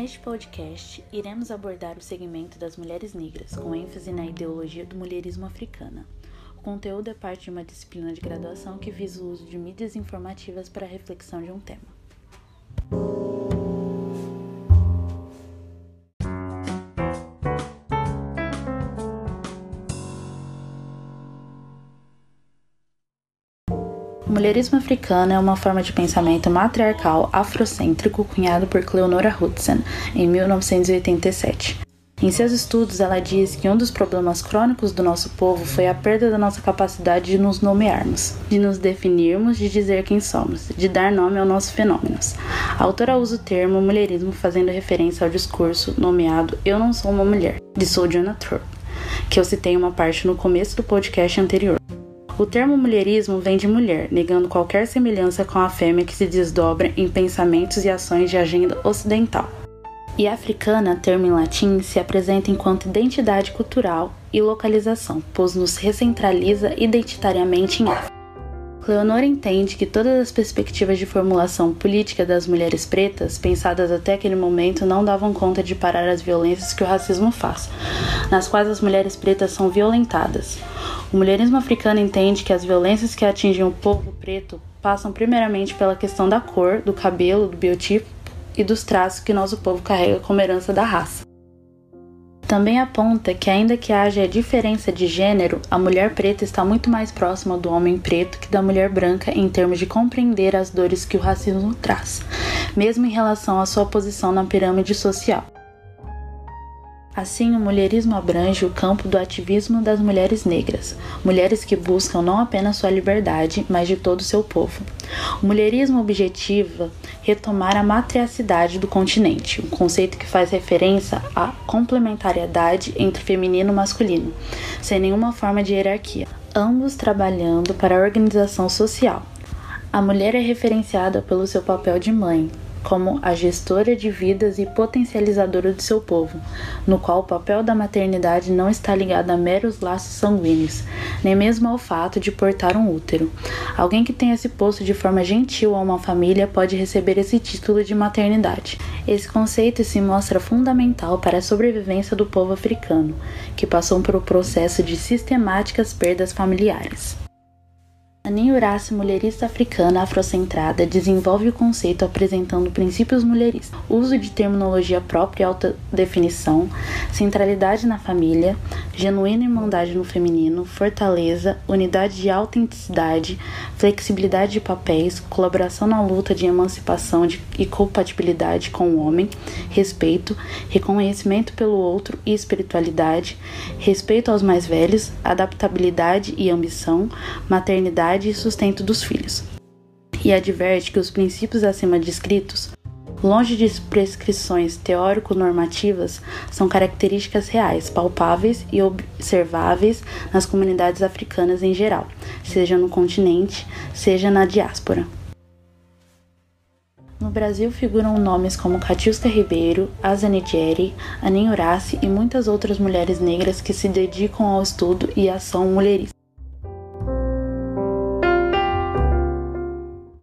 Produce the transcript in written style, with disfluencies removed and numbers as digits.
Neste podcast, iremos abordar o segmento das mulheres negras, com ênfase na ideologia do mulherismo africana. O conteúdo é parte de uma disciplina de graduação que visa o uso de mídias informativas para a reflexão de um tema. O mulherismo africano é uma forma de pensamento matriarcal afrocêntrico cunhado por Cleonora Hudson, em 1987. Em seus estudos, ela diz que um dos problemas crônicos do nosso povo foi a perda da nossa capacidade de nos nomearmos, de nos definirmos, de dizer quem somos, de dar nome aos nossos fenômenos. A autora usa o termo mulherismo fazendo referência ao discurso nomeado Eu Não Sou Uma Mulher, de Sojourner Truth, que eu citei em uma parte no começo do podcast anterior. O termo mulherismo vem de mulher, negando qualquer semelhança com a fêmea que se desdobra em pensamentos e ações de agenda ocidental. E africana, termo em latim, se apresenta enquanto identidade cultural e localização, pois nos recentraliza identitariamente em África. Cleonora entende que todas as perspectivas de formulação política das mulheres pretas, pensadas até aquele momento, não davam conta de parar as violências que o racismo faz, nas quais as mulheres pretas são violentadas. O mulherismo africano entende que as violências que atingem o povo preto passam primeiramente pela questão da cor, do cabelo, do biotipo e dos traços que nosso povo carrega como herança da raça. Também aponta que, ainda que haja diferença de gênero, a mulher preta está muito mais próxima do homem preto que da mulher branca em termos de compreender as dores que o racismo traz, mesmo em relação à sua posição na pirâmide social. Assim, o mulherismo abrange o campo do ativismo das mulheres negras, mulheres que buscam não apenas sua liberdade, mas de todo o seu povo. O mulherismo objetiva retomar a matriarcidade do continente, um conceito que faz referência à complementariedade entre feminino e masculino, sem nenhuma forma de hierarquia, ambos trabalhando para a organização social. A mulher é referenciada pelo seu papel de mãe, como a gestora de vidas e potencializadora de seu povo, no qual o papel da maternidade não está ligado a meros laços sanguíneos, nem mesmo ao fato de portar um útero. Alguém que tenha se posto de forma gentil a uma família pode receber esse título de maternidade. Esse conceito se mostra fundamental para a sobrevivência do povo africano, que passou por um processo de sistemáticas perdas familiares. Anin Urace, mulherista africana afrocentrada, desenvolve o conceito apresentando princípios mulheristas, uso de terminologia própria e autodefinição, centralidade na família, genuína irmandade no feminino, fortaleza, unidade de autenticidade, flexibilidade de papéis, colaboração na luta de emancipação e compatibilidade com o homem, respeito, reconhecimento pelo outro e espiritualidade, respeito aos mais velhos, adaptabilidade e ambição, maternidade e sustento dos filhos. E adverte que os princípios acima descritos, longe de prescrições teórico-normativas, são características reais, palpáveis e observáveis nas comunidades africanas em geral, seja no continente, seja na diáspora. No Brasil figuram nomes como Catiusca Ribeiro, Asa Nigeri, Anin Urace e muitas outras mulheres negras que se dedicam ao estudo e ação mulherista.